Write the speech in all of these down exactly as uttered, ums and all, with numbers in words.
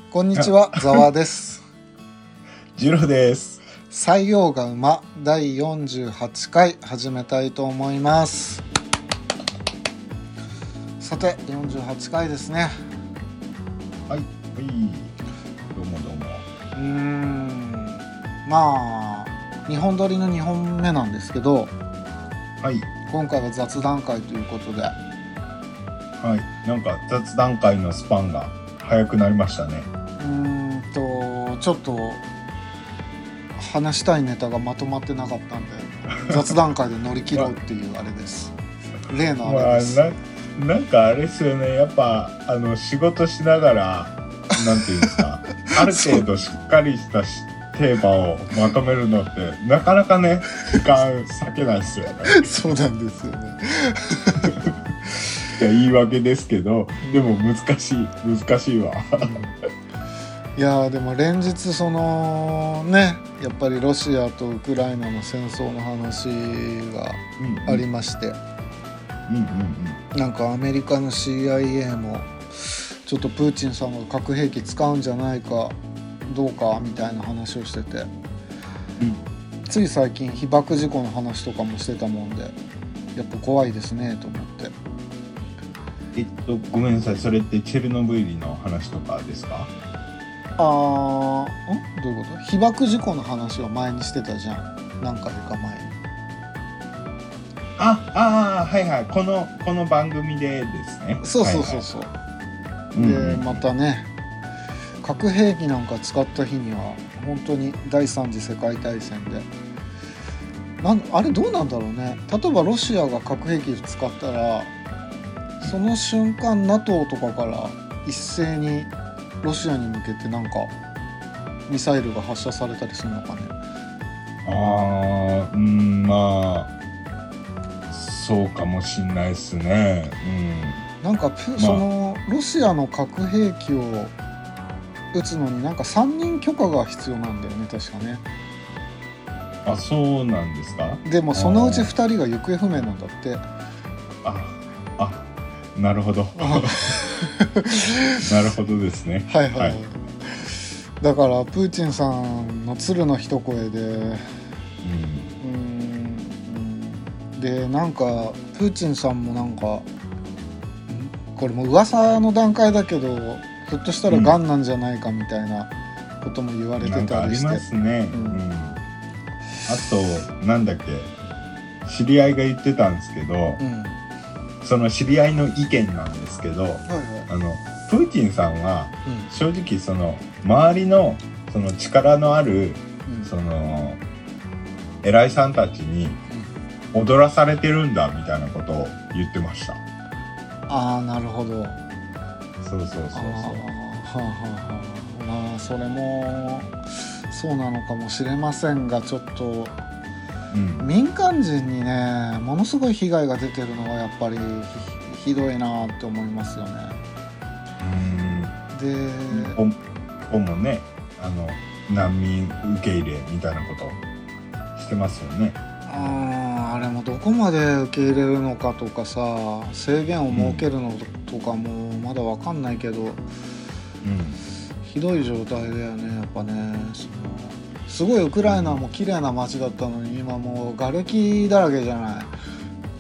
こんにちは、ざわです。 ジロです。 採用が馬だいよんじゅうはちかい始めたいと思います。さてよんじゅうはちかいですね。 はい、はい、どうもどうも。 うーんまあにほん撮りのにほんめなんですけど、 はい、 今回は雑談会ということで、 はい、なんか雑談会のスパンが早くなりましたね。 うーんとちょっと話したいネタがまとまってなかったんで雑談会で乗り切ろうっていうあれです。例のあれです。 まあ、な, なんかあれですよね、やっぱあの仕事しながらなんていうんですかある程度しっかりしたテーマをまとめるのってなかなかね時間割けないですよね。 そうなんですよねいや言い訳ですけど、でも難しい難しいわいやでも連日そのねやっぱりロシアとウクライナの戦争の話がありまして、 うんうんうん、 なんかアメリカの シーアイエー もちょっとプーチンさんが核兵器使うんじゃないかどうかみたいな話をしてて、うん、つい最近被爆事故の話とかもしてたもんで、やっぱ怖いですねと思って。 えっとごめんなさい、それってチェルノブイリの話とかですか？ あーんどういうこと？被爆事故の話を前にしてたじゃん、何回か前に。 ああはいはい、このこの番組でですね。 そうそうそうそう、はいはい、で、うんうん、またね核兵器なんか使った日には本当に第三次世界大戦でなんあれどうなんだろうね。例えばロシアが核兵器使ったらその瞬間 ナトー とかから一斉にロシアに向けてなんかミサイルが発射されたりするのかね。 あーうんまあそうかもしんないですね、 うん、なんか、まあ、そのロシアの核兵器を撃つのになんかさんにん許可が必要なんだよね確かね。 あ、そうなんですか。 でもそのうちふたりが行方不明なんだって。 ああなるほどなるほどですね。 はいはい、はい、だからプーチンさんの鶴の一声で、うん、うんでなんかプーチンさんもなんかこれも噂の段階だけどひょっとしたらがんなんじゃないかみたいなことも言われてたりして、 なんかありますね、うんうん、あとなんだっけ知り合いが言ってたんですけど、うん、その知り合いの意見なんですけど、はいはい、あのプーチンさんは正直その周りのその力のある、うん、その偉いさんたちに踊らされてるんだみたいなことを言ってました。 ああなるほど。 そうそうそうそう。あ、はあはあ、まあそれもそうなのかもしれませんが、ちょっと、うん、民間人にねものすごい被害が出てるのはやっぱり ひ, ひどいなって思いますよね。 うんで日本もねあの難民受け入れみたいなことしてますよね。 あ, あれもどこまで受け入れるのかとかさ、制限を設けるのとかもまだ分かんないけど、うん、ひどい状態だよねやっぱね。そのすごいウクライナも綺麗な街だったのに今もう瓦礫だらけじゃない、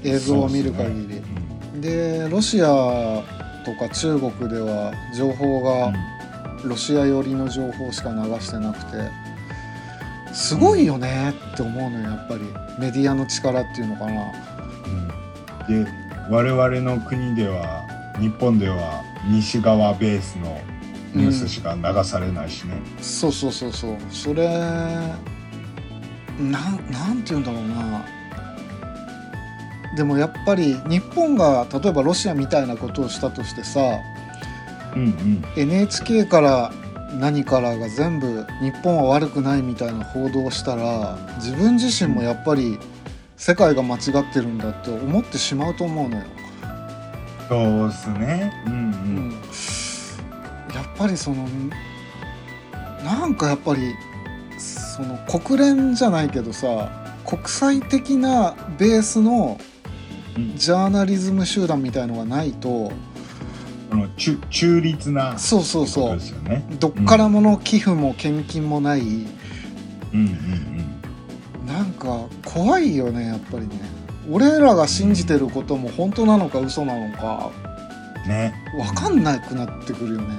映像を見る限り で,、ねうん、でロシアとか中国では情報がロシア寄りの情報しか流してなくて、すごいよねって思うのよやっぱりメディアの力っていうのかな、 うん、で我々の国では日本では西側ベースのニュースしか流されないしね、 うん、そうそうそうそう、それなんなんて言うんだろうな。でもやっぱり日本が例えばロシアみたいなことをしたとしてさ、うんうん、エヌエイチケー から何からが全部日本は悪くないみたいな報道をしたら自分自身もやっぱり世界が間違ってるんだって思ってしまうと思うのよ。 そうですね、うんうん、うん、 やっぱりそのなんかやっぱりその国連じゃないけどさ国際的なベースのジャーナリズム集団みたいのがないとその中中立なそうそうそう、 ですよね。 どっからもの寄付も献金もない、うんうんうんうん、 なんか怖いよねやっぱりね。俺らが信じてることも本当なのか嘘なのかね、 分かんなくなってくるよね、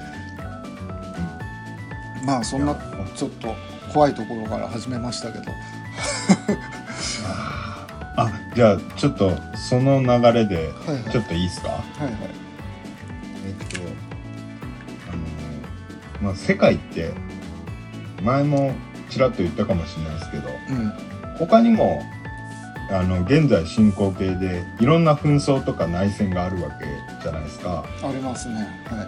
うん、まあそんなちょっと怖いところから始めましたけどあ、じゃあちょっとその流れでちょっといいですか？ はいはい、 えっとあのまあ世界って前もちらっと言ったかもしれないですけど、うん、他にもあの現在進行形でいろんな紛争とか内戦があるわけじゃないですか。 ありますね。はい。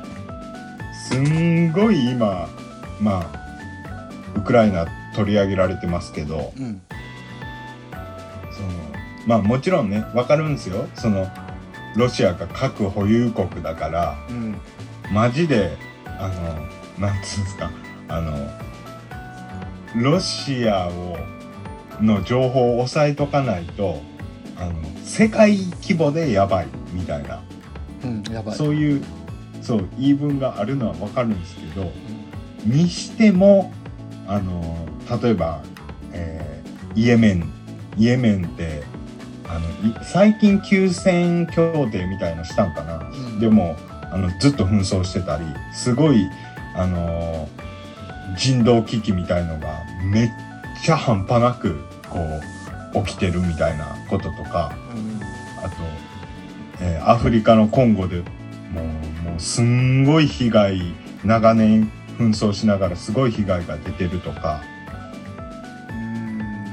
すんごい今まあウクライナ取り上げられてますけど、うん、そのまあもちろんね分かるんですよ。そのロシアが核保有国だから、うん、マジであのなんつうんですか、あのロシアをの情報を抑えとかないとあの世界規模でやばいみたいな、うん、やばい、そういうそう言い分があるのは分かるんですけど、うん、にしてもあの例えば、えー、イエメンイエメンってあの最近休戦協定みたいのしたんかな、うん、でもあのずっと紛争してたりすごいあの人道危機みたいのがめっちゃ半端なくこう起きてるみたいなこととか、うん、あと、えー、アフリカのコンゴでもう、もうすんごい被害長年紛争しながらすごい被害が出てるとか、うん、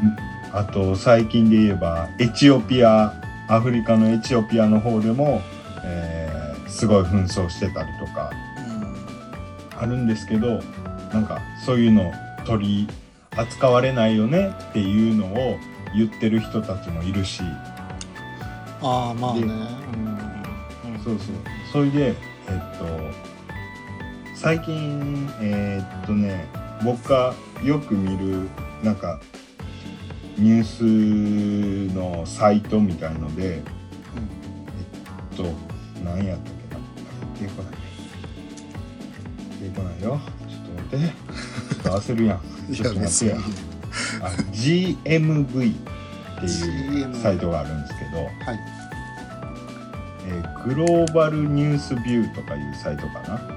あと最近で言えばエチオピアアフリカのエチオピアの方でも、えー、すごい紛争してたりとか、うん、あるんですけどなんかそういうの取り扱われないよねっていうのを言ってる人たちもいるし、 ああまあね、うん、 そうそう、それでえっと最近えー、っとね僕がよく見るなんかニュースのサイトみたいので、うん、えっと何やったっけな、出てこない出てこないよ、ちょっと待ってちょっと焦るやんちょっと待ってやあ ジーエムブイ っていうサイトがあるんですけど、はい、えー、グローバルニュースビューとかいうサイトかな、うん、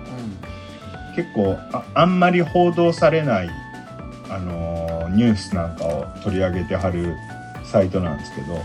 結構 あ, あんまり報道されない、あのー、ニュースなんかを取り上げてはるサイトなんですけど、うん、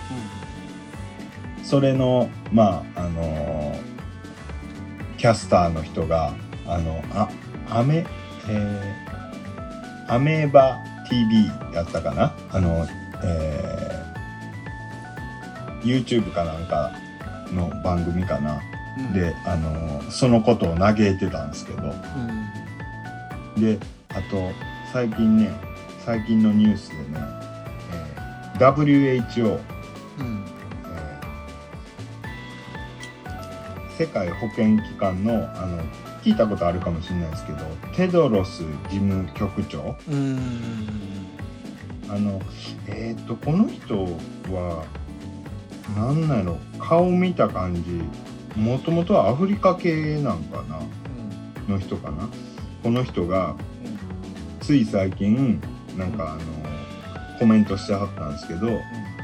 それのまああのー、キャスターの人があのあアメえーアメーバ ティービー やったかな、あの、えー、YouTube かなんかの番組かな、うん、であのそのことを嘆いてたんですけど、うん、であと最近ね最近のニュースでね、えー、ダブリューエイチオー、うんえー、世界保健機関のあの聞いたことあるかもしれないですけどテドロス事務局長、うーんあのえっ、ー、とこの人は何なの顔見た感じもともとはアフリカ系なんかな、うん、の人かな。この人がつい最近なんかあのコメントしてはったんですけど、うん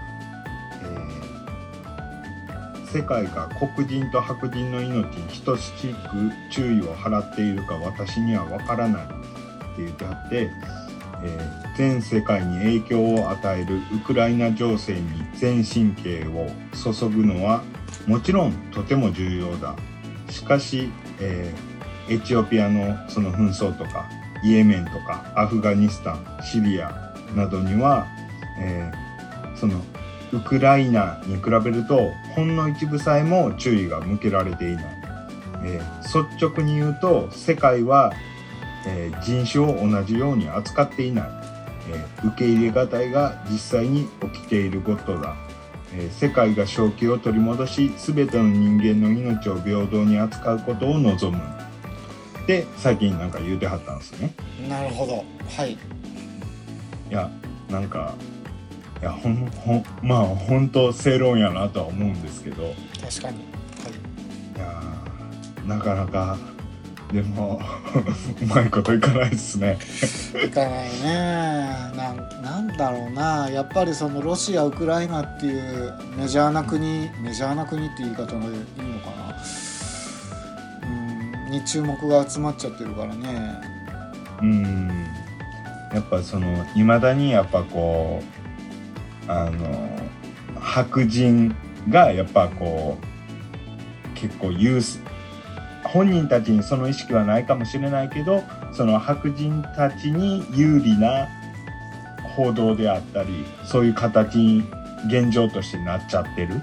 世界が黒人と白人の命に等しく注意を払っているか私には分からないって言ってはって、えー、全世界に影響を与えるウクライナ情勢に全神経を注ぐのはもちろんとても重要だ。しかし、えー、エチオピアのその紛争とかイエメンとかアフガニスタン、シリアなどには、えー、そのウクライナに比べるとほんの一部さえも注意が向けられていない、えー、率直に言うと世界は、えー、人種を同じように扱っていない、えー、受け入れがたいが実際に起きていることだ、えー、世界が正気を取り戻し全ての人間の命を平等に扱うことを望むって最近なんか言うてはったんですね。 なるほど、はい。いやなんかいやほんほんまあ本当正論やなとは思うんですけど、 確かに、はい、 いやなかなかでもうまいこといかないですねいかないね。なん、なんだろうな、やっぱりそのロシアウクライナっていうメジャーな国、メジャーな国って言い方がいいのかな、うんに注目が集まっちゃってるからね。 うんやっぱそのいまだにやっぱこうあの白人がやっぱこう結構ユース本人たちにその意識はないかもしれないけど、その白人たちに有利な報道であったりそういう形に現状としてなっちゃってる、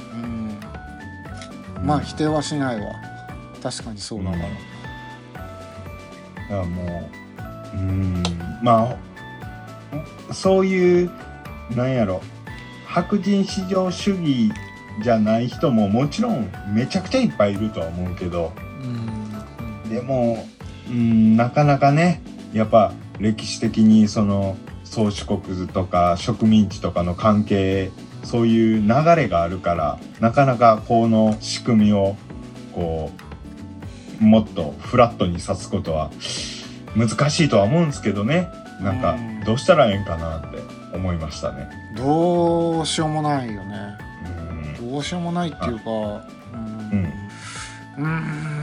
うん、まあ否定はしないわ、確かにそうだから、うん、だからもううんまあそういうなんやろ白人至上主義じゃない人ももちろんめちゃくちゃいっぱいいるとは思うけど、うん、でも、うん、なかなかねやっぱ歴史的にその宗主国とか植民地とかの関係そういう流れがあるからなかなかこの仕組みをこうもっとフラットにさすことは難しいとは思うんですけどね。なんかどうしたらええんかなって思いましたね。 どうしようもないよね。どうしようもないっていうか、うん、うん、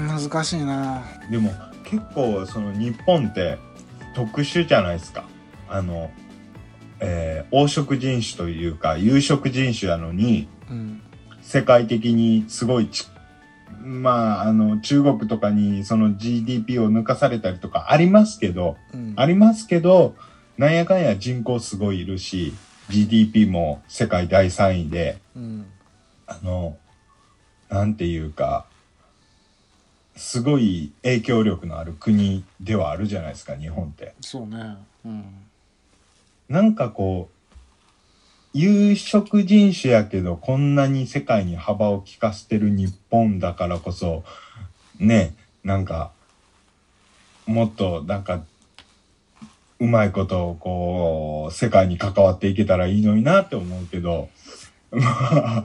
難しいな。 でも結構その日本って特殊じゃないですか。あの、えー、黄色人種というか有色人種なのに、うん、世界的にすごいちまああの中国とかにその ジーディーピー を抜かされたりとかありますけど、うん、ありますけどなんやかんや人口すごいいるし ジーディーピー も世界だいさんいで、うん、あのなんていうかすごい影響力のある国ではあるじゃないですか日本って。 そうね、うん、 なんかこう有色人種やけどこんなに世界に幅を利かせてる日本だからこそねなんかもっとなんかうまいことをこう世界に関わっていけたらいいのになって思うけどまあ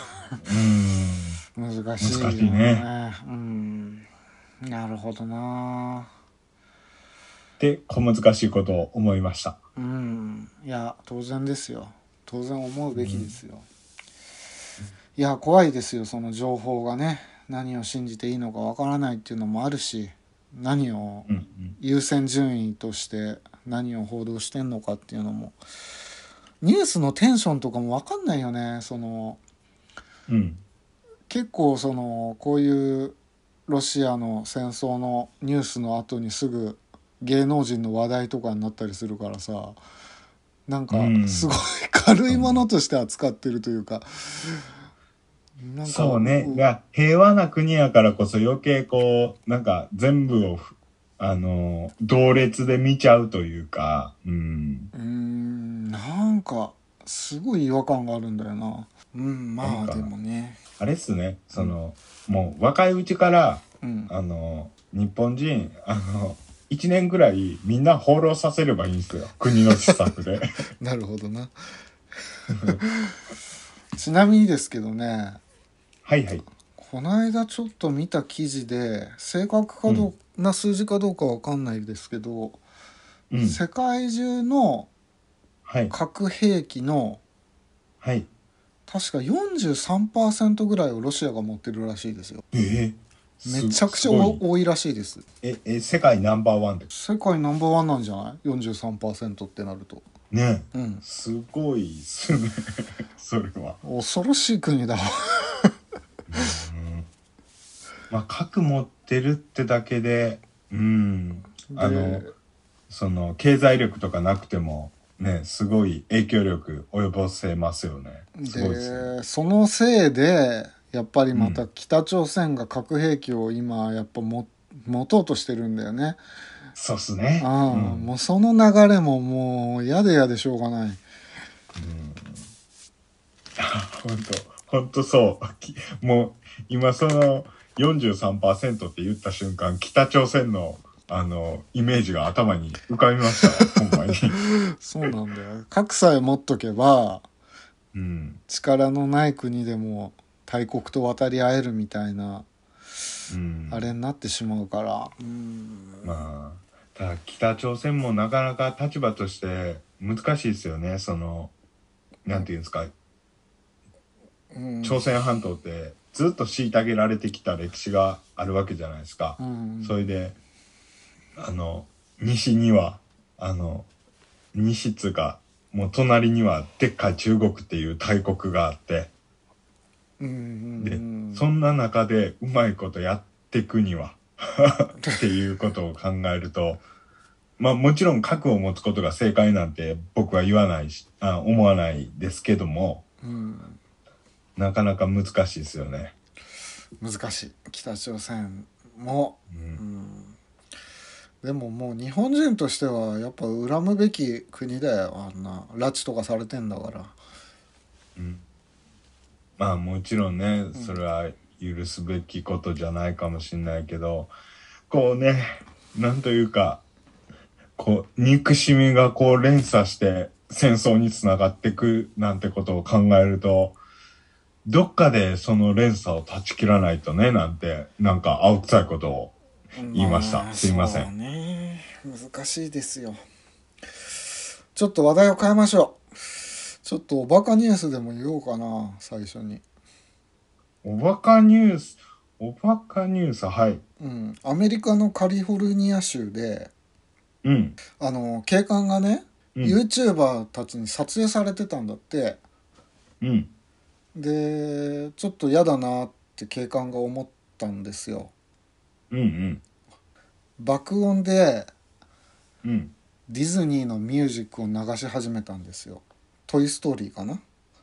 うん難しいよね。難しいね。うん、なるほどな。 で小難しいことを思いました。 うん、いや当然ですよ。当然思うべきですよ。うん、いや怖いですよその情報がね何を信じていいのかわからないっていうのもあるし何を優先順位として何を報道してんのかっていうのもニュースのテンションとかも分かんないよね。その、うん、結構そのこういうロシアの戦争のニュースの後にすぐ芸能人の話題とかになったりするからさなんかすごい軽いものとして扱ってるというか、 うん、なんかそうね、いや平和な国やからこそ余計こうなんか全部をあの同列で見ちゃうというか、うん、 うーんなんかすごい違和感があるんだよな。うんまあでもねあれっすねその、うん、もう若いうちから、うん、あの日本人あのいちねんぐらいみんな放浪させればいいんですよ国の施策でなるほどなちなみにですけどねはいはいこの間ちょっと見た記事で正確かどう、うん、な数字かどうかわかんないですけど、うん、世界中の核兵器の、はい、確か よんじゅうさんパーセント ぐらいをロシアが持ってるらしいですよ。えーめちゃくちゃ多いらしいです。 ええ世界ナンバーワンで世界ナンバーワンなんじゃない ?よんじゅうさんパーセント ってなるとねえ、うん、すごいっすねそれは恐ろしい国だわうんまあ核持ってるってだけでうんあのその経済力とかなくてもねすごい影響力及ぼせますよね。すごいですね。 そのせいでやっぱりまた北朝鮮が核兵器を今やっぱも持とうとしてるんだよね。 そうっすね。 ああ、うん、もうその流れももう嫌で嫌でしょうがない。うん。 本当本当そう。もう今その よんじゅうさんパーセント って言った瞬間北朝鮮のあのイメージが頭に浮かびましたほんまにそうなんだよ。核さえ持っとけば、うん、力のない国でも大国と渡り合えるみたいなうん、 あれになってしまうから、うん、 まあただ北朝鮮もなかなか立場として難しいですよね。そのなんていうんですか、うん、朝鮮半島ってずっと虐げられてきた歴史があるわけじゃないですか、うん、それであの西にはあの西っつうかもう隣にはでっかい中国っていう大国があって、うん、でそんな中でうまいことやっていくにはっていうことを考えるとまあもちろん核を持つことが正解なんて僕は言わないしあ思わないですけども、うん、なかなか難しいですよね。 難しい北朝鮮も、うんうん、でももう日本人としてはやっぱ恨むべき国だよ。あんな拉致とかされてんだから、 うん、まあもちろんねそれは許すべきことじゃないかもしれないけど、こうねなんというかこう憎しみがこう連鎖して戦争につながっていくなんてことを考えるとどっかでその連鎖を断ち切らないとねなんてなんか青臭いことを言いました、まあ、すいません。 そうね、難しいですよ。ちょっと話題を変えましょう。ちょっとおバカニュースでも言おうかな。最初におバカニュースおバカニュースはい、 うん、アメリカのカリフォルニア州で、うん、あの警官がね、うん、YouTuber たちに撮影されてたんだって、うん、でちょっと嫌だなって警官が思ったんですよ。うんうん、爆音で、うん、ディズニーのミュージックを流し始めたんですよ。トイストーリーかな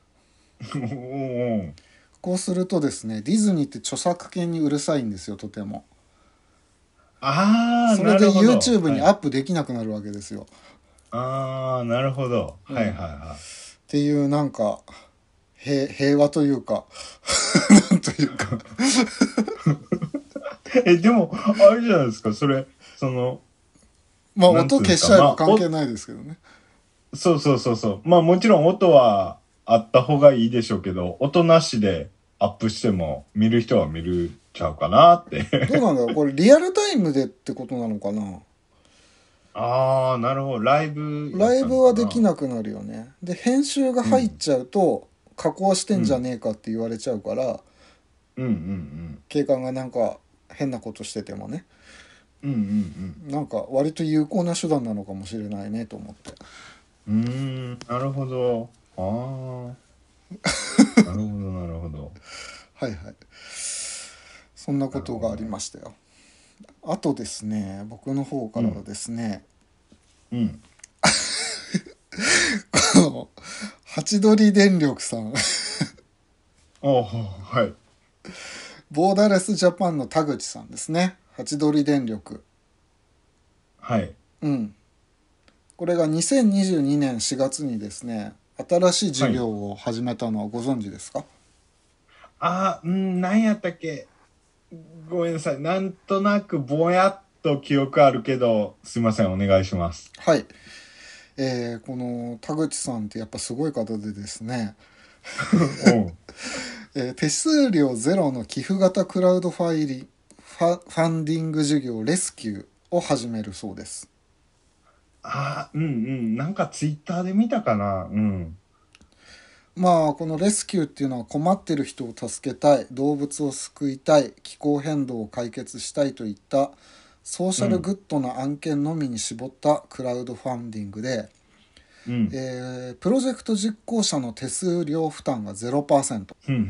こうするとですね、ディズニーって著作権にうるさいんですよ、とても。ああ、それで YouTube にアップできなくなるわけですよ。 ああ、なるほど、うん、はいはいはい。 っていうなんか平和というかなんというかえでもあれじゃないですか、それそのまあ音消しちゃえば関係ないですけどね、まあ、そうそうそうそう、まあもちろん音はあった方がいいでしょうけど、音なしでアップしても見る人は見るちゃうかなってどうなんだろう、これリアルタイムでってことなのかな。 ああ、なるほど、ライブライブはできなくなるよね。で編集が入っちゃうと、うん、加工してんじゃねえかって言われちゃうから、うんうんうん、警官がなんか変なことしててもね、うんうんうん、なんか割と有効な手段なのかもしれないねと思って。 うーん、なるほど。ああ。なるほどなるほど。 はいはい。そんなことがありましたよ。あとですね、僕の方からはですね、うん。うん、このハチドリ電力さんおはい。 ボーダレスジャパンの田口さんですね。ハチドリ電力。 はい。 うん。これがにせんにじゅうにねんしがつにですね、新しい事業を始めたのはご存知ですか？はい、 ああ、うん、何やったっけ。ごめんなさい。なんとなくぼやっと記憶あるけど、すいません、お願いします。 はい。えー、この田口さんってやっぱすごい方でですね、えー、手数料ゼロの寄付型クラウドファイリファ、ファンディング事業レスキューを始めるそうです。 ああ、うんうん。なんかツイッターで見たかな。うん。 まあこのレスキューっていうのは困ってる人を助けたい、動物を救いたい、気候変動を解決したいといったソーシャルグッドな案件のみに絞ったクラウドファンディングで、うんえー、プロジェクト実行者の手数料負担が ゼロパーセント、うんうんうん、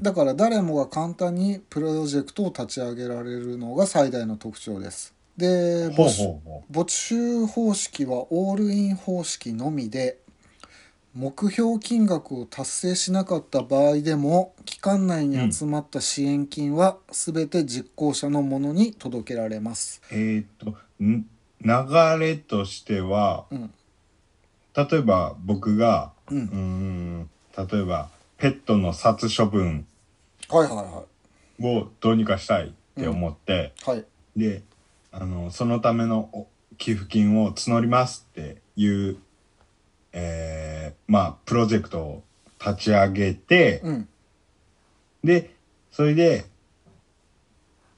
だから誰もが簡単にプロジェクトを立ち上げられるのが最大の特徴です。で、募集、募集方式はオールイン方式のみで、目標金額を達成しなかった場合でも期間内に集まった支援金は全て実行者のものに届けられます。 うん、えっと流れとしては、うん、例えば僕が、うん、うーん例えばペットの殺処分をどうにかしたいって思って、うんはい、であのそのための寄付金を募りますっていうえー、まあプロジェクトを立ち上げて、うん、でそれで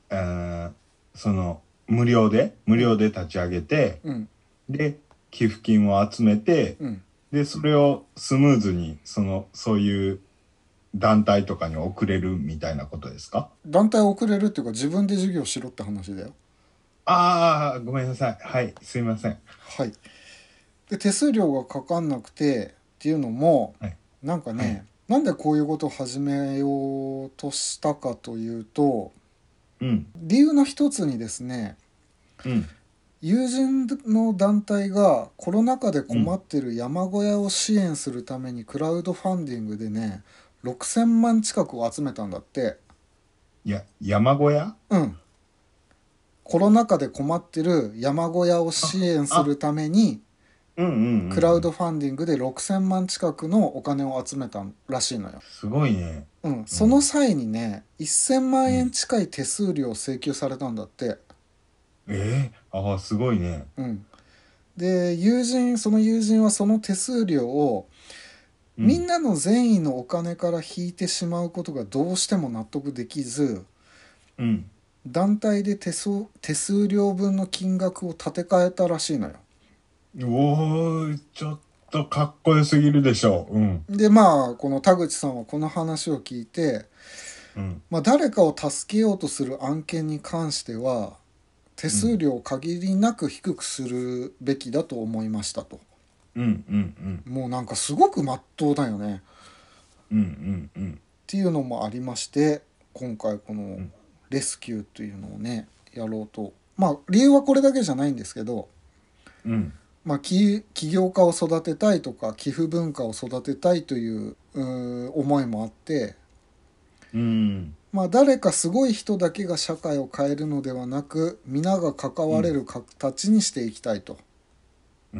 えー、その無料で無料で立ち上げて、 うん、 で寄付金を集めて、うん、でそれをスムーズにそのそういう団体とかに送れるみたいなことですか？ 団体送れるっていうか自分で事業しろって話だよ。 ああ、ごめんなさい。はい、すいません。 はい。で手数料がかかんなくてっていうのも、はい、なんかね、はい、なんでこういうことを始めようとしたかというと、うん、理由の一つにですね、うん、友人の団体がコロナ禍で困ってる山小屋を支援するためにクラウドファンディングでねろくせんまん近くを集めたんだって。 いや、山小屋？ うん。コロナ禍で困ってる山小屋を支援するためにクラウドファンディングでろくせんまん近くのお金を集めたらしいのよ。 すごいね。 うん。その際にね、せんまんえん近い手数料を請求されたんだって。 うん、えー、ああ、すごいね。 うん。で、友人、その友人はその手数料を、うん、みんなの善意のお金から引いてしまうことがどうしても納得できず、うん、団体で手数、手数料分の金額を立て替えたらしいのよ。 おー、ちょっとかっこよすぎるでしょう。うん、 でまあこの田口さんはこの話を聞いて、うんまあ、誰かを助けようとする案件に関しては手数料を限りなく低くするべきだと思いましたと。うんうんうん、もうなんかすごく真っ当だよね。うんうんうん、っていうのもありまして今回このレスキューというのをねやろうと。まあ理由はこれだけじゃないんですけど、うんまあ、起業家を育てたいとか寄付文化を育てたいという、う思いもあって、うんまあ、誰かすごい人だけが社会を変えるのではなく皆が関われる形にしていきたいと。 うん、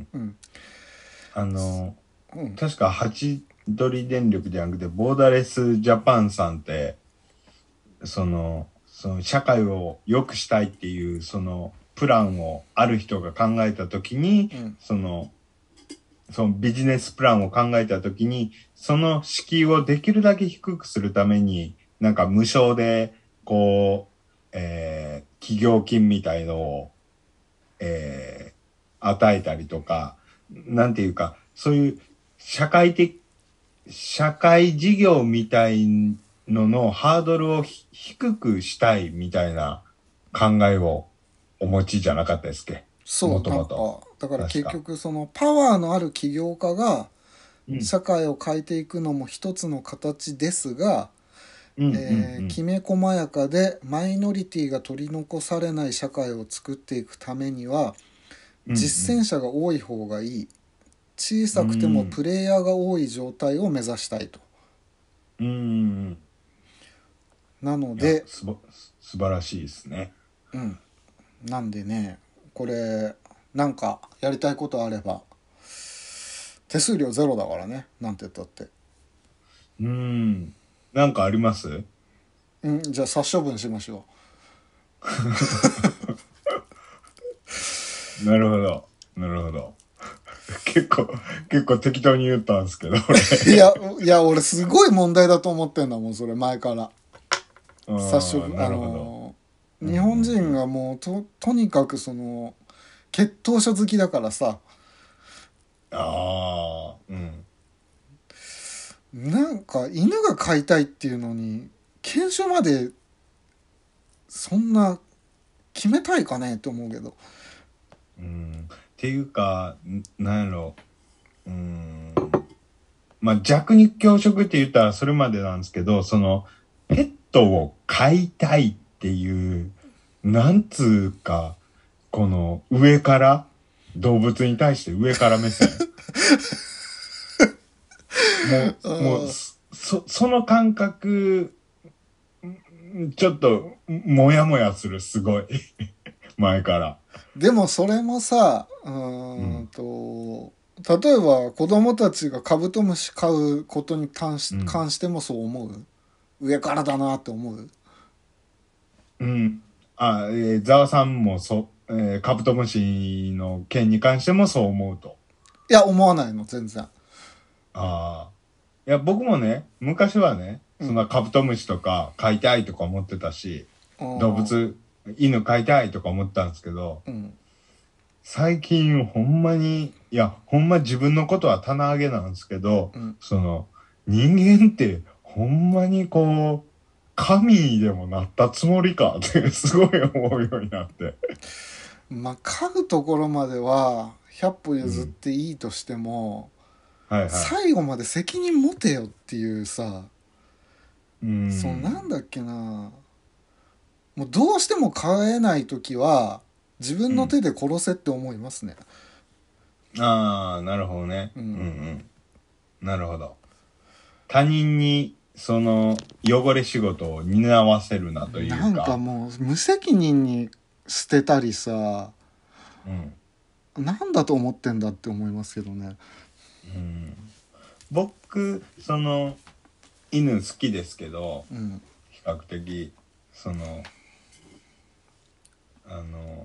うん、あの、うん、確かハチドリ電力じゃなくてボーダレスジャパンさんってそのその社会を良くしたいっていうそのプランをある人が考えたときに、うん、その、そのビジネスプランを考えたときに、その敷居をできるだけ低くするために、なんか無償で、こう、えー、企業金みたいのを、えー、与えたりとか、なんていうか、そういう社会的、社会事業みたいののハードルを低くしたいみたいな考えをお持ちじゃなかったですっけ？ そう、なんかだから結局そのパワーのある起業家が社会を変えていくのも一つの形ですが、うんえー、きめ細やかでマイノリティが取り残されない社会を作っていくためには実践者が多い方がいい、小さくてもプレイヤーが多い状態を目指したいと。うん、なので素晴らしいですね。 うん、なんでねこれなんかやりたいことあれば手数料ゼロだからねなんて言ったって。 うーんなんかあります？ うんじゃあ殺処分しましょうなるほどなるほど結構結構適当に言ったんですけどいやいや俺すごい問題だと思ってんだもんそれ前から。殺処分あの日本人がもう と, とにかくその血統書好きだからさあうんなんか犬が飼いたいっていうのに犬種までそんな決めたいかねと思うけどうんっていうかなんやろうんまあ弱肉強食って言ったらそれまでなんですけどそのペットを飼いたいっていうなんつうかこの上から動物に対して上から目線もうもうそその感覚ちょっとモヤモヤするすごい前から。 でもそれもさうーんと、うん、例えば子供たちがカブトムシ飼うことに関し、うん、関してもそう思う？上からだなって思う？ うんあえー、ザワさんもそ、えー、カブトムシの件に関してもそう思うと？ いや思わないの全然。 ああいや僕もね昔はねそんなカブトムシとか飼いたいとか思ってたし、 動物犬飼いたいとか思ったんですけど、うん、最近ほんまにいやほんま自分のことは棚上げなんですけど、うん、その人間ってほんまにこう神でもなったつもりかってすごい思うようになってまあ飼うところまではひゃっぽ譲っていいとしても、うんはいはい、最後まで責任持てよっていうさ、うん、そうなんだっけな、もうどうしても飼えないときは自分の手で殺せって思いますね、 うん、ああなるほどね、うん、うんうんなるほど。他人にその汚れ仕事を担わせるなというか、 なんかもう無責任に捨てたりさ、うん、なんだと思ってんだって思いますけどね、 うん、僕その犬好きですけど、うん、比較的そのあの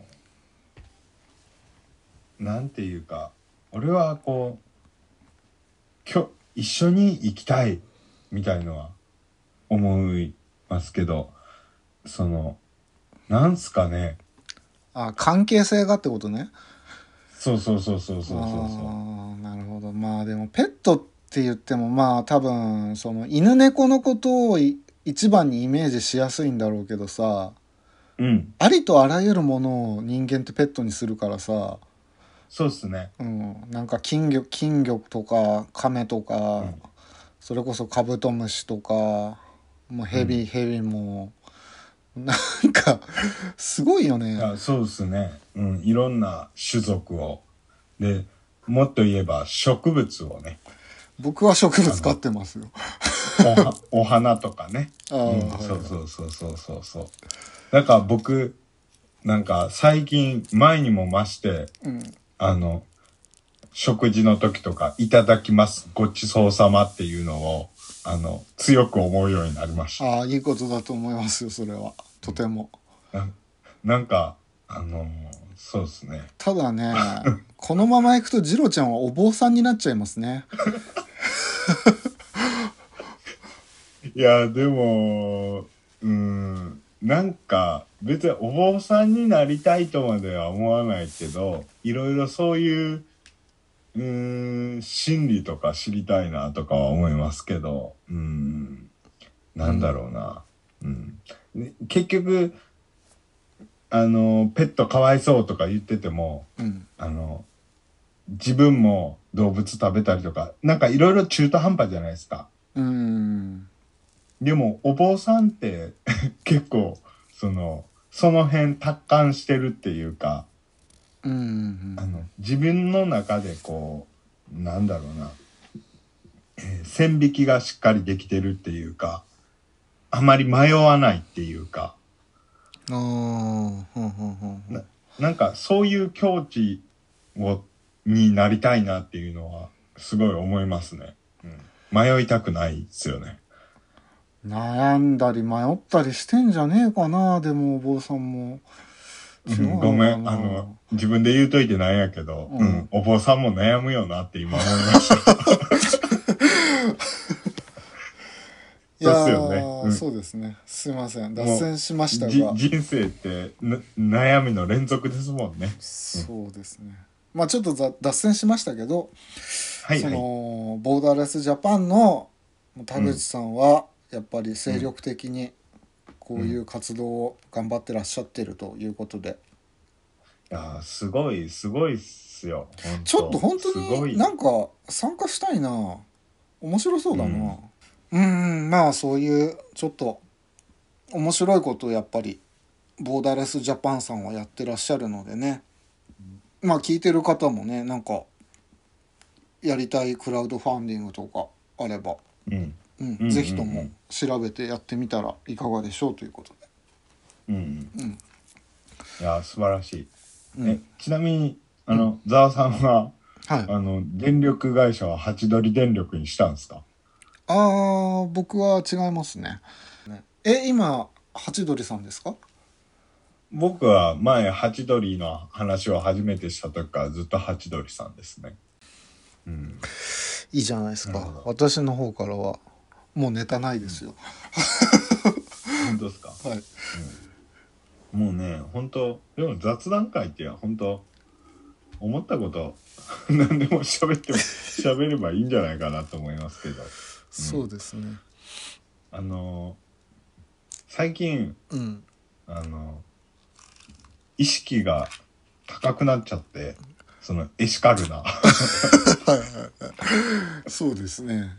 なんていうか俺はこう今日一緒に行きたいみたいのは思いますけど、そのなんすかね、 あ関係性がってことね。 そうそうそうそうそうそうそう。 あなるほど。まあでもペットって言ってもまあ多分その犬猫のことを一番にイメージしやすいんだろうけどさ、うん、ありとあらゆるものを人間ってペットにするからさ。 そうっすね。 うん、なんか金魚金魚とか亀とか、うん、それこそカブトムシとかもうヘビ、うん、ヘビもなんかすごいよね。 あそうですね、うん、いろんな種族をでもっと言えば植物をね。 僕は植物飼ってますよお, お花とかねあ、うん、そうそうそうそうそうそう。だから僕なんか最近前にも増して、うん、あの食事の時とかいただきますごちそうさまっていうのをあの強く思うようになりました。 ああいいことだと思いますよそれはとても、 うん、な, なんかあのー、そうですね。 ただねこのままいくとジロちゃんはお坊さんになっちゃいますねいやでもうんなんか別にお坊さんになりたいとまでは思わないけどいろいろそういううーん心理とか知りたいなとかは思いますけど、うーんなんだろうな、うんうん、結局あのペットかわいそうとか言ってても、うん、あの自分も動物食べたりとかなんかいろいろ中途半端じゃないですか。うんでもお坊さんって結構そのその辺達観してるっていうか、うんうん、あの自分の中でこうなんだろうな、えー、線引きがしっかりできてるっていうかあまり迷わないっていうか、あほんほんほんな, なんかそういう境地をになりたいなっていうのはすごい思いますね、うん、迷いたくないですよね。 悩んだり迷ったりしてんじゃねえかな。でもお坊さんもうん、ごめんあの自分で言うといてなんやけど、うんうん、お坊さんも悩むよなって今思いましたいやそうですよね、うん、そうですね。すいません脱線しましたが人生って悩みの連続ですもんね。 そうですね、うん、まあちょっと脱線しましたけど、はいはい、そのボーダーレスジャパンの田口さんはやっぱり精力的にこういう活動を頑張ってらっしゃってるということで、 いやすごいすごいっすよ。 ちょっと本当になんか参加したいな。面白そうだな。うんうんまあそういうちょっと面白いことをやっぱりボーダーレスジャパンさんはやってらっしゃるのでね、まあ聞いてる方もねなんかやりたいクラウドファンディングとかあれば、うんうんうん、ぜひとも調べてやってみたらいかがでしょうということで、 うんうん、いや素晴らしい、うん、えちなみにあのざわ、うん、さんは、はい、あの電力会社はハチドリ電力にしたんですか？ ああ僕は違いますね。え今ハチドリさんですか？ 僕は前ハチドリの話を初めてした時からずっとハチドリさんですね、 うん、いいじゃないですか。私の方からはもうネタないですよ、 本当ですか。 はい、 うん、もうね本当でも雑談会って本当思ったこと何でも喋っても喋ればいいんじゃないかなと思いますけど、うん、 そうですね。 あの最近、 うん、 あの意識が高くなっちゃってそのエシカルなはいはいはいそうですね。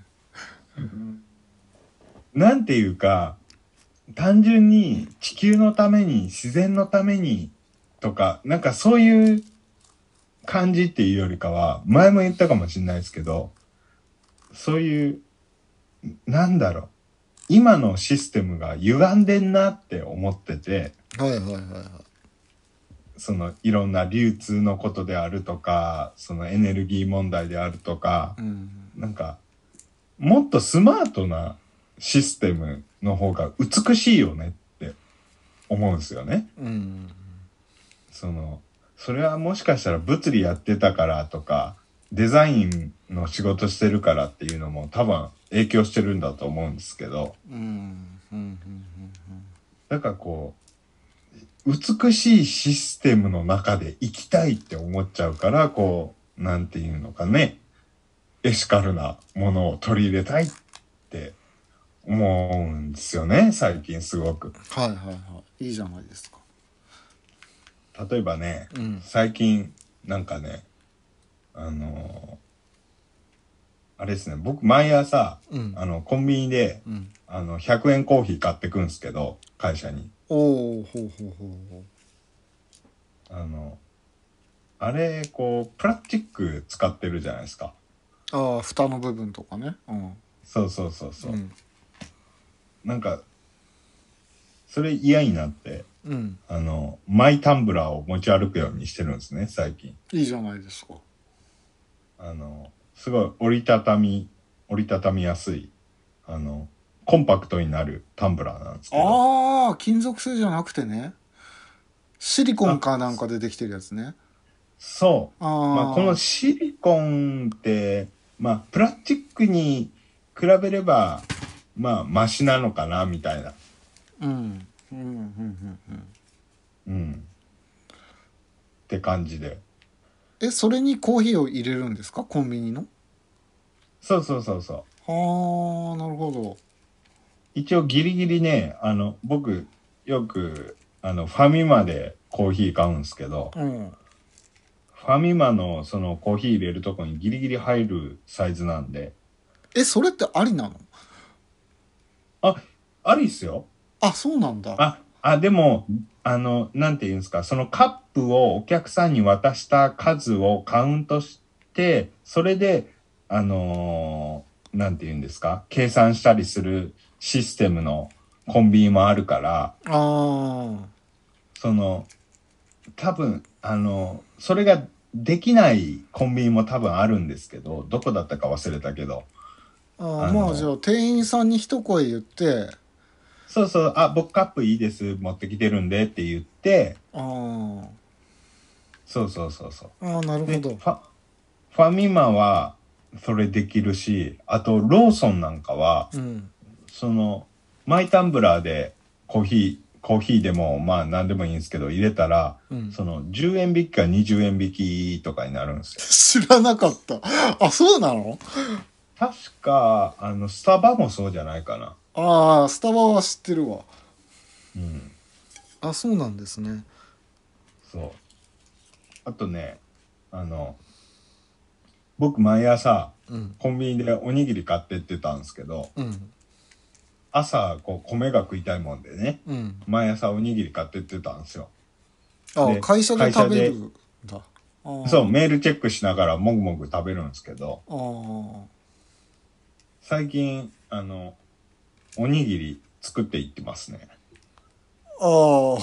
なんていうか単純に地球のために自然のためにとかなんかそういう感じっていうよりかは前も言ったかもしれないですけどそういうなんだろう今のシステムが歪んでんなって思ってて、 はいはいはいはい。 そのいろんな流通のことであるとかそのエネルギー問題であるとか、うん、なんかもっとスマートなシステムの方が美しいよねって思うんですよね。うん、そのそれはもしかしたら物理やってたからとかデザインの仕事してるからっていうのも多分影響してるんだと思うんですけど、うんうんうんうん、だからこう美しいシステムの中で生きたいって思っちゃうからこうなんていうのかねエシカルなものを取り入れたいって思うんですよね最近すごく。 はいはいはい、いいじゃないですか。 例えばね、うん、最近なんかねあのー、あれですね僕毎朝、うん、あのコンビニで、うん、あのひゃくえんコーヒー買ってくんですけど会社に。おおほうほうほうほう。あのあれこうプラスチック使ってるじゃないですか。 ああ蓋の部分とかね。うん、 そうそうそうそう、うん、なんかそれ嫌になって、うん、あのマイタンブラーを持ち歩くようにしてるんですね最近。 いいじゃないですか。 あのすごい折りたたみ折りたたみやすいあのコンパクトになるタンブラーなんですけど。 ああ金属製じゃなくてねシリコンかなんかでできてるやつね。 そう。あ、まあ、このシリコンってまあプラスチックに比べればまあマシなのかなみたいな。うんうんうんうんうんうんって感じで。 えそれにコーヒーを入れるんですかコンビニの。 そうそうそうそう。 はあなるほど。 一応ギリギリねあの僕よくあのファミマでコーヒー買うんですけど、うん、ファミマのそのコーヒー入れるとこにギリギリ入るサイズなんで。 えそれってありなの。 あありっすよ。 あそうなんだ。 ああでもあのなんていうんですかそのカップをお客さんに渡した数をカウントしてそれであのー、なんていうんですか計算したりするシステムのコンビニもあるから、あその多分あのそれができないコンビニも多分あるんですけどどこだったか忘れたけど。 ああまあじゃあ店員さんに一声言ってそうそうあ僕カップいいです持ってきてるんでって言ってあそうそうそうそうああなるほど。 ファ、ファミマはそれできるしあとローソンなんかは、うん、そのマイタンブラーでコーヒーコーヒーでもまあ何でもいいんですけど入れたら、うん、そのじゅうえん引きかにじゅうえん引きとかになるんですよ。知らなかった。あそうなの。 確かあのスタバもそうじゃないかな。 ああスタバは知ってるわ。うんあそうなんですね。 そうあとねあの僕毎朝、うん、コンビニでおにぎり買ってってたんですけど、うん、朝こう米が食いたいもんでね、うん、毎朝おにぎり買ってってたんですよ。 ああ会社で食べるんだ。 そうメールチェックしながらもぐもぐ食べるんですけどあ最近あのおにぎり作っていってますね。あ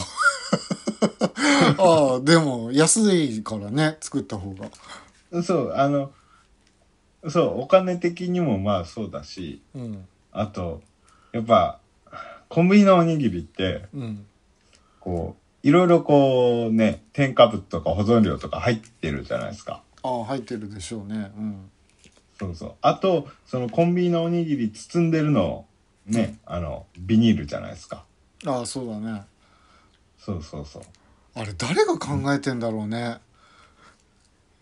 ああでも安いからね作った方が。 そうあのそうお金的にもまあそうだし、うん、あとやっぱコンビニのおにぎりって、うん、こういろいろこうね添加物とか保存料とか入ってるじゃないですか。 ああ入ってるでしょうね。うん、 そうそうあとそのコンビニのおにぎり包んでるのね、うん、あのビニールじゃないですか。 ああそうだね。 そうそうそう。 あれ誰が考えてんだろうね。 うん。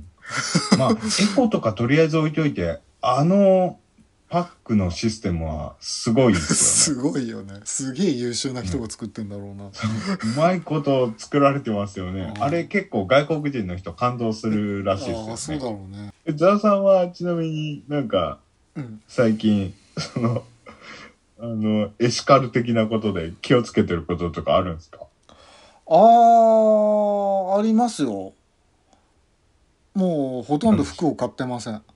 まあエコとかとりあえず置いといて、あのパックのシステムはすごいですよね。すごいよね。すげえ優秀な人が作ってんだろうな。 うん、うまいこと作られてますよね。あ, あれ結構外国人の人感動するらしいですよね。 ああそうだろうね。 ザワさんはちなみになんか、うん、最近そのあのエシカル的なことで気をつけてることとかあるんですか？ ああありますよ。もうほとんど服を買ってません。あ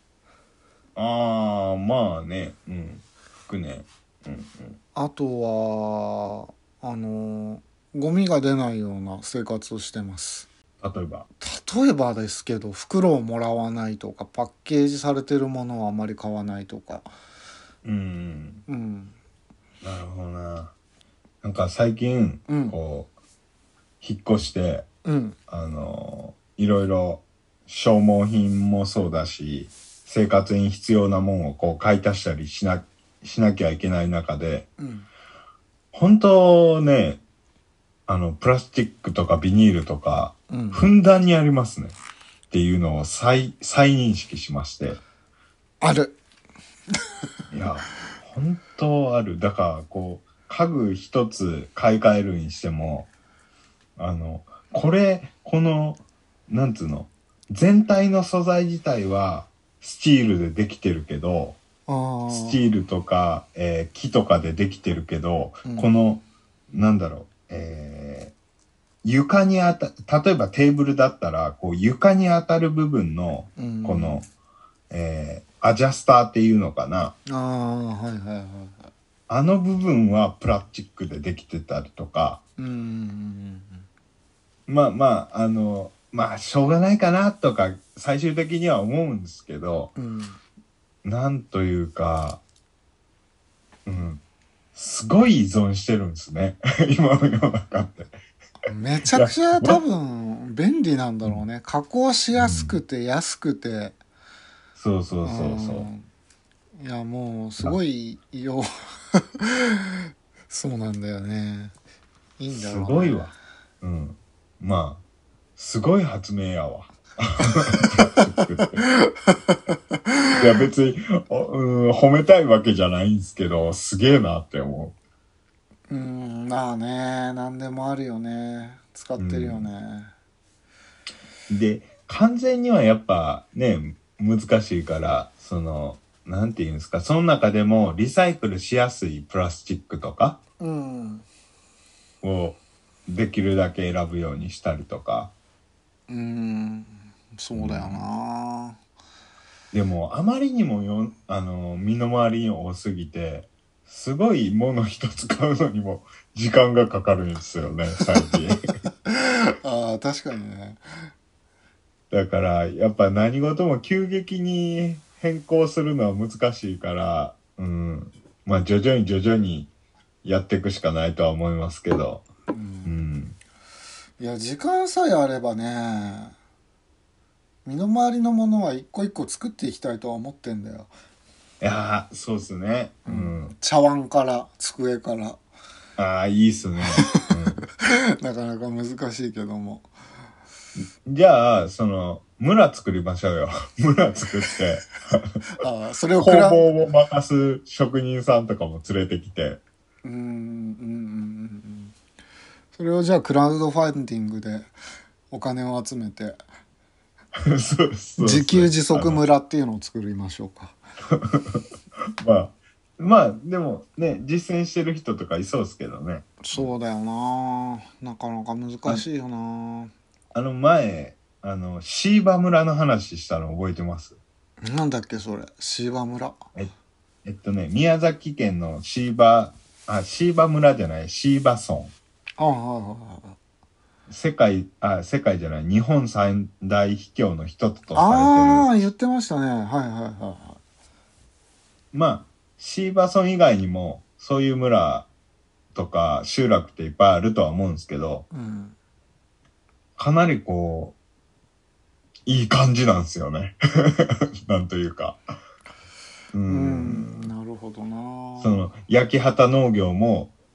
あまあね、うん、服ね、うんうん、 あとはあのゴミが出ないような生活をしてます。 例えば例えばですけど、袋をもらわないとか、パッケージされてるものはあまり買わないとか。 うんうん。 なるほどな。なんか最近、うん、こう引っ越して、うん、あのいろいろ消耗品もそうだし、生活に必要なものをこう買い足したりしなしなきゃいけない中で、うん、本当ね、あのプラスチックとかビニールとか、うん、ふんだんにありますねっていうのを再再認識しまして。 ある。 いや本当ある。だからこう家具一つ買い替えるにしても、あのこれこのなんつうの、全体の素材自体はスチールでできてるけど、スチールとか、えー、木とかでできてるけど、うん、このなんだろう、えー、床にあた例えばテーブルだったらこう床に当たる部分のこの、うん、えー、アジャスターっていうのかな、 ああはいはいはい、 あの部分はプラスチックでできてたりとか、うんうんうん、まあまああのまあしょうがないかなとか最終的には思うんですけど、うん、なんというか、うん、すごい依存してるんですね今の世の中って。 めちゃくちゃ多分便利なんだろうね。加工しやすくて安くて、うん、 そうそうそうそう、 うん、いやもうすごいよそうなんだよね。いいんだろうね。 すごいわ。うん。まあすごい発明やわ。いや別に、うん、褒めたいわけじゃないんですけど、すげえなって思う。うん、まあね、何でもあるよね。使ってるよね。 うん、で、完全にはやっぱね、難しいから、その、なんていうんですか、その中でもリサイクルしやすいプラスチックとかをできるだけ選ぶようにしたりとか。 うん、そうだよな。 でもあまりにもよあの身の回りに多すぎて、すごいもの一つ買うのにも時間がかかるんですよね最近ああ確かにね。 だからやっぱ何事も急激に変更するのは難しいから、うん、まあ徐々に徐々にやっていくしかないとは思いますけど、うん、うん、 いや時間さえあればね、身の回りのものは一個一個作っていきたいとは思ってんだよ。 いやそうっすね、うん、 うん、茶碗から机から。 ああいいっすね、 うん、なかなか難しいけども。 じゃあその村作りましょうよ村作ってあそれを工房を任す職人さんとかも連れてきて、 うんうんうんうんそれをじゃあクラウドファンディングでお金を集めてそうそうそう自給自足村っていうのを作りましょうかまあまあでもね実践してる人とかいそうですけどね。 そうだよな、なかなか難しいよな。 あの前あの椎葉村の話したの覚えてます？ なんだっけそれ、椎葉村。 ええっとね宮崎県の椎葉あ椎葉村じゃない椎葉村。ああはいはいはい。世界あ世界じゃない日本三大秘境の一つとされてる。 ああ言ってましたね。はいはいはい。 まあ椎葉村以外にもそういう村とか集落っていっぱいあるとは思うんですけど、うん、かなりこういい感じなんですよねなんというか、うーん、うんなるほどな。その焼き畑農業も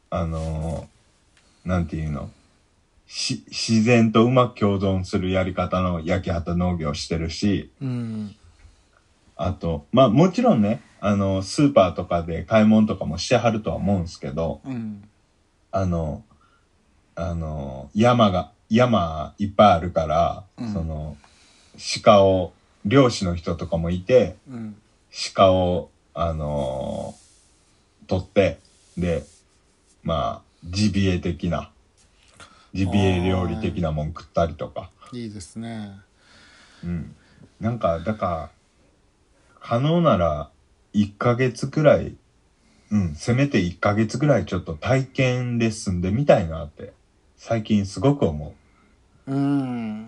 あのー、なんていうのし、自然とうまく共存するやり方の焼き畑農業してるし、 うん、 あと、まあもちろんね、あの、スーパーとかで買い物とかもしてはるとは思うんですけど、 うん、 あの、あの、山が、山いっぱいあるから、 うん、 その、鹿を、漁師の人とかもいて、 うん、 鹿を、あのー取って、で、まあ、ジビエ的な、ジビエ料理的なもん食ったりとか。 いいですね。 うん。なんか、だから、可能なら、いっかげつくらい、うん、せめていっかげつくらいちょっと体験で住んでみたいなって、最近すごく思うん。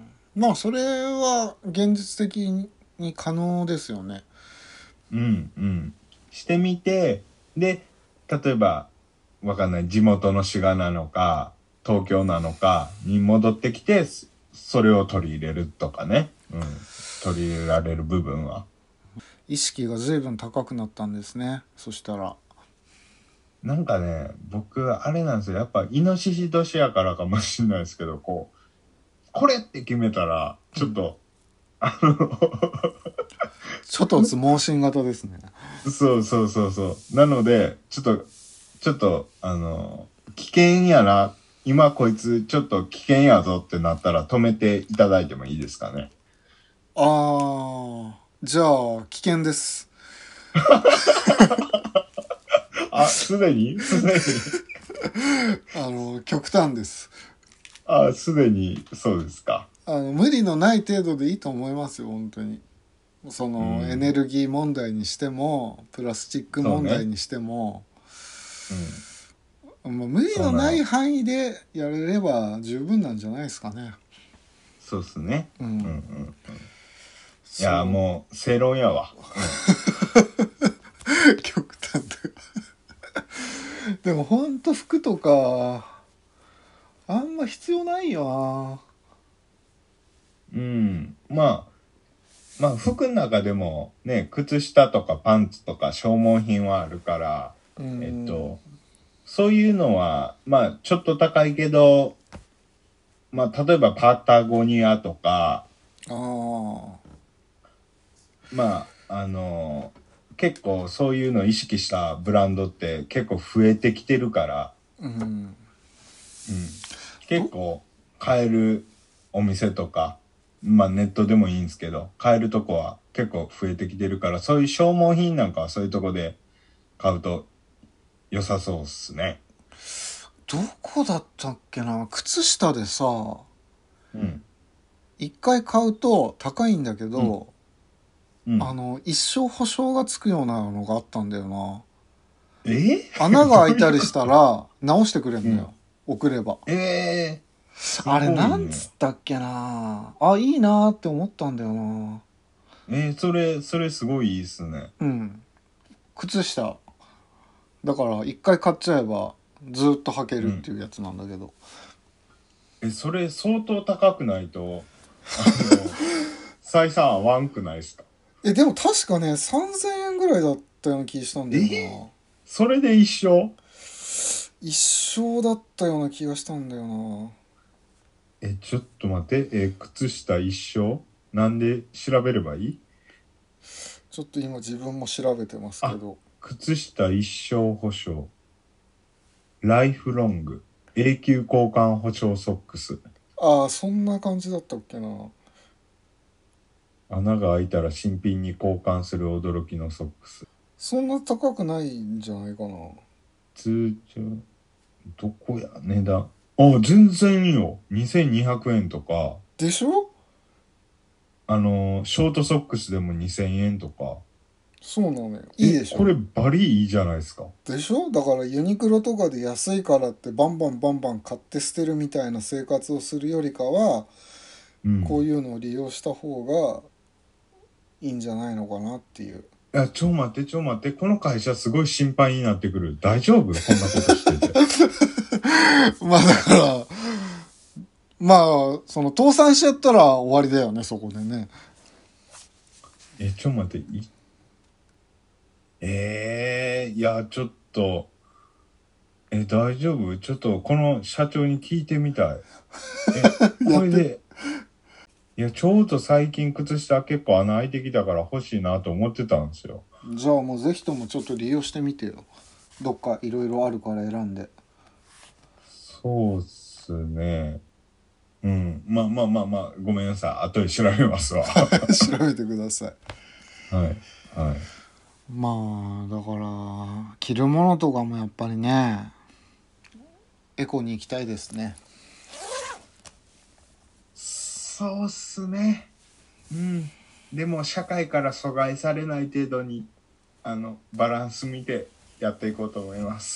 まあそれは現実的に可能ですよね。 う。うん、うん。してみて、で、例えば、わかんない、地元の滋賀なのか、東京なのかに戻ってきて、それを取り入れるとかね。うん。取り入れられる部分は。 意識が随分高くなったんですね。そしたら。 なんかね、僕、あれなんですよ。やっぱ、イノシシ年やからかもしれないですけど、こう、これって決めたら、ちょっと、うん、あのちょっと盲信型ですね。 そうそうそうそう。なので、ちょっと、ちょっと、あの、危険やな。今こいつちょっと危険やぞってなったら止めていただいてもいいですかね。 ああ、じゃあ危険です。 あ、すでにすでにあの極端です。 あ、すでにそうですか。 あの無理のない程度でいいと思いますよ本当に。そのエネうん。 ルギー問題にしてもプラスチックそうね。 問題にしても、 うん。 まあ、無理のないその、 範囲でやれれば十分なんじゃないですかね。 そうっすね。 うん。 うんうんうん。いや、 そう。 もう、正論やわ。うん。 極端だ。でもほんと服とかあんま必要ないよな。 うん。まあ、まあ、服の中でもね、靴下とかパンツとか消耗品はあるから、 うえっん。 と、そういうのは、まあ、ちょっと高いけど、まあ、例えばパタゴニアとか、 ああ。 まあ、あの、結構そういうのを意識したブランドって結構増えてきてるから、 うん。 うん、結ど構買えるお店とか、まあネットでもいいんですけど、買えるとこは結構増えてきてるから、そういう消耗品なんかはそういうとこで買うと良さそうっすね。 どこだったっけな、靴下でさ、 うん。 一回買うと高いんだけうん。 ど、 うん。 あの一生保証がつくようなのがあったんだよな。 え穴がど開いたりしういうこと？ たら直してくれんうん。 のよ、送れば。 ええー、すあれごいなんつね。 ったっけなあ、いいなーって思ったんだよな。 えー、それ、それすごいいいっすね。 うん。靴下だから一回買っちゃえばずっと履けるってうん。 いうやつなんだけど。 え、それ相当高くないと、あの、採算合わんくないっすか？ えでも確かねさんぜんえんぐらいだったような気したんだよな。 えー、それで一緒？ 一生だったような気がしたんだよな。 え、ちょっと待って。え、靴下一緒？なんで調べればいい？ ちょっと今自分も調べてますけあ、 ど。 靴下一生保証。ライフロング。永久交換保証ソックス。 ああ、そんな感じだったっけな。 穴が開いたら新品に交換する驚きのソックス。 そんな高くないんじゃないかな。 通常、どこや、値段。あ、全然いいよ。にせんにひゃくえんとか、 でしょ？ あの、ショートソックスでもにせんえんとか。 そうなのよ。いいえ、 でしょ？ これバリいいじゃないですか。 でしょ？だからユニクロとかで安いからってバンバンバンバン買って捨てるみたいな生活をするよりかは、 うん。 こういうのを利用した方がいいんじゃないのかなっていう。 いや、ちょ待って、ちょ待って。この会社すごい心配になってくる。大丈夫？こんなことしてて。 まあだから、まあ、その倒産しちゃったら終わりだよね、そこでね。 え、ちょ待って。いえー、いや、ちょっと、 え、大丈夫？ちょっとこの社長に聞いてみたい。え、これで、いや、ちょうど最近靴下結構穴開いてきたから欲しいなと思ってたんですよ。 じゃあもうぜひともちょっと利用してみてよ。どっかいろいろあるから選んで。 そうっすね。うん。まあまあまあまあ、ごめんなさい。後で調べますわ。 調べてください。 はい。はい。 まあ、だから、着るものとかもやっぱりね、エコに行きたいですね。 そうっすね。うん。でも、社会から阻害されない程度に、あの、バランス見てやっていこうと思います。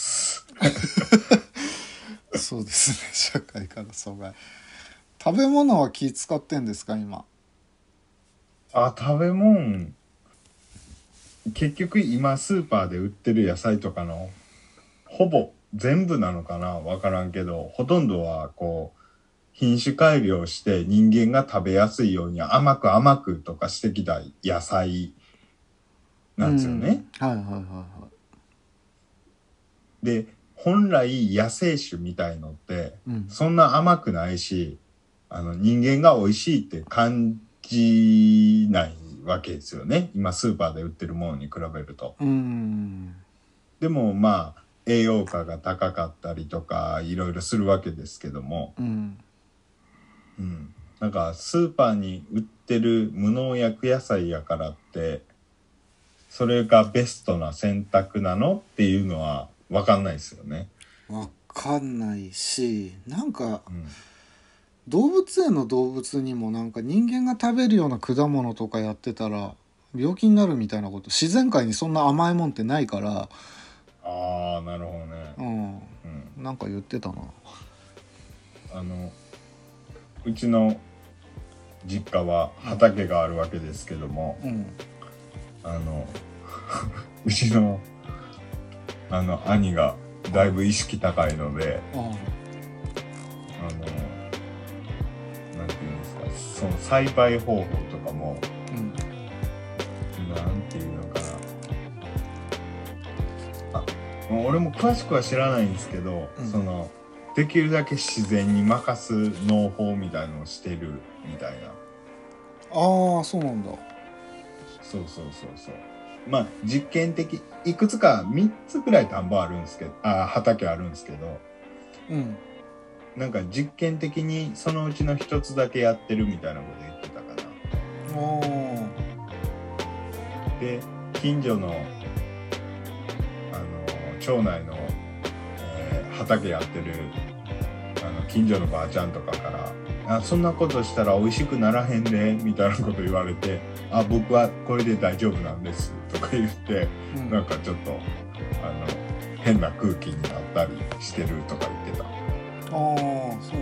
そうですね。社会から阻害。食べ物は気使ってんですか、今。 あ、食べ物、結局今スーパーで売ってる野菜とかのほぼ全部なのかな、わからんけど、ほとんどはこう品種改良して人間が食べやすいように甘く甘くとかしてきた野菜なんですよね。 うん、はいはいはいはい。 で、本来野生種みたいのって、 うん、 そんな甘くないし、あの人間が美味しいって感じないわけですよね。今スーパーで売ってるものに比べると。 うん、 でもまあ栄養価が高かったりとかいろいろするわけですけども、 うんうん、なんかスーパーに売ってる無農薬野菜やからってそれがベストな選択なのっていうのは分かんないですよね。 分かんないし、なんか、 うん、 動物園の動物にもなんか人間が食べるような果物とかやってたら病気になるみたいなこと、自然界にそんな甘いもんってないから。 ああ、なるほどね。 うん、 うん、 なんか言ってたな。 あのうちの実家は畑があるわけですけども、うん、あのうちのあの兄がだいぶ意識高いので、うん、あのなんていうんですか、その栽培方法とかも、うん、なんていうのかな、あ、もう俺も詳しくは知らないんですけど、うん、そのできるだけ自然に任す農法みたいのをしてるみたいな。 ああ、そうなんだ。 そうそうそうそう。まあ実験的、いくつかみっつぐらい田んぼあるんですけど、あ、畑あるんですけど、うん、なんか実験的にそのうちの一つだけやってるみたいなこと言ってたかな。おで、近所のあの町内の、えー、畑やってるあの近所のばあちゃんとかから、あ、そんなことしたら美味しくならへんでみたいなこと言われて、あ、僕はこれで大丈夫なんですとか言って、うん、なんかちょっとあの変な空気になったりしてるとか言ってた。ああ、 そうなんだ。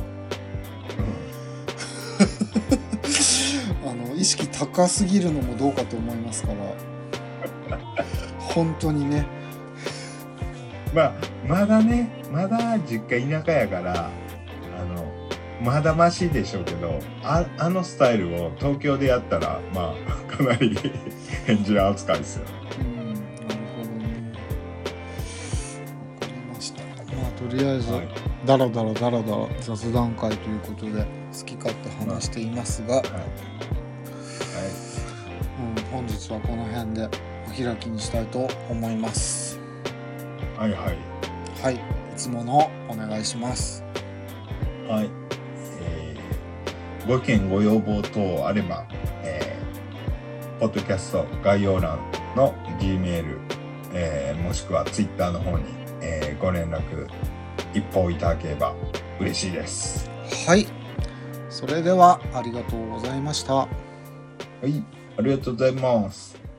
うん、あの意識高すぎるのもどうかと思いますから本当にね。 まあまだね、まだ実家田舎やからあのまだマシでしょうけど、 あ, あのスタイルを東京でやったらまあかなり変人扱いですよ。 うん、なるほどね。わかりました。まあとりあえず、はい、だらだらだらだら雑談会ということで好き勝手話していますが、はいはい、うん、本日はこの辺でお開きにしたいと思います。 はいはいはい、いつものお願いします。 はい、ご意見ご要望等あれば、えー、ポッドキャスト概要欄の Gmail、えー、もしくは Twitter の方に、えー、ご連絡一報いただければ嬉しいです。 はい、それではありがとうございました。はい、ありがとうございます。